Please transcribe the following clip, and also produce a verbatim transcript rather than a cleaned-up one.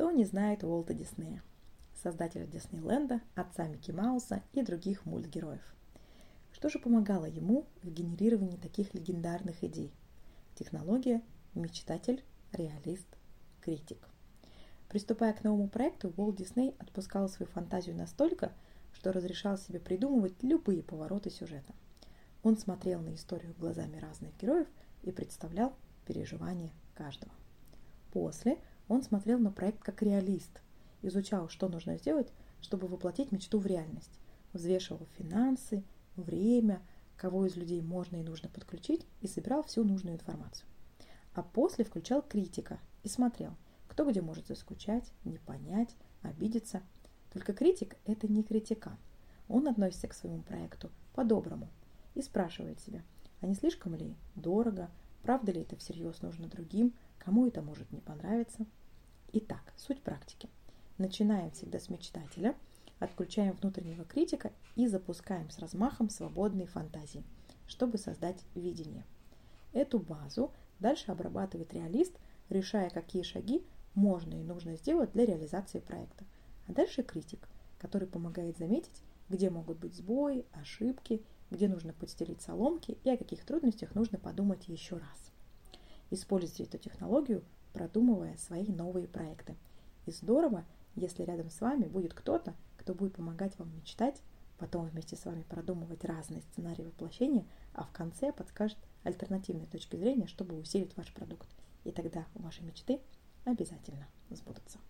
Кто не знает Уолта Диснея, создателя Диснейленда, отца Микки Мауса и других мультгероев? Что же помогало ему в генерировании таких легендарных идей? Технология, мечтатель, реалист, критик. Приступая к новому проекту, Уолт Дисней отпускал свою фантазию настолько, что разрешал себе придумывать любые повороты сюжета. Он смотрел на историю глазами разных героев и представлял переживания каждого. После он смотрел на проект как реалист, изучал, что нужно сделать, чтобы воплотить мечту в реальность, взвешивал финансы, время, кого из людей можно и нужно подключить, и собирал всю нужную информацию. А после включал критика и смотрел, кто где может заскучать, не понять, обидеться. Только критик – это не критикан. Он относится к своему проекту по-доброму и спрашивает себя, а не слишком ли дорого, правда ли это всерьез нужно другим, кому это может не понравиться. Итак, суть практики. Начинаем всегда с мечтателя, отключаем внутреннего критика и запускаем с размахом свободной фантазии, чтобы создать видение. Эту базу дальше обрабатывает реалист, решая, какие шаги можно и нужно сделать для реализации проекта. А дальше критик, который помогает заметить, где могут быть сбои, ошибки, где нужно подстелить соломки и о каких трудностях нужно подумать еще раз. Используйте эту технологию, продумывая свои новые проекты. И здорово, если рядом с вами будет кто-то, кто будет помогать вам мечтать, потом вместе с вами продумывать разные сценарии воплощения, а в конце подскажет альтернативные точки зрения, чтобы усилить ваш продукт. И тогда ваши мечты обязательно сбудутся.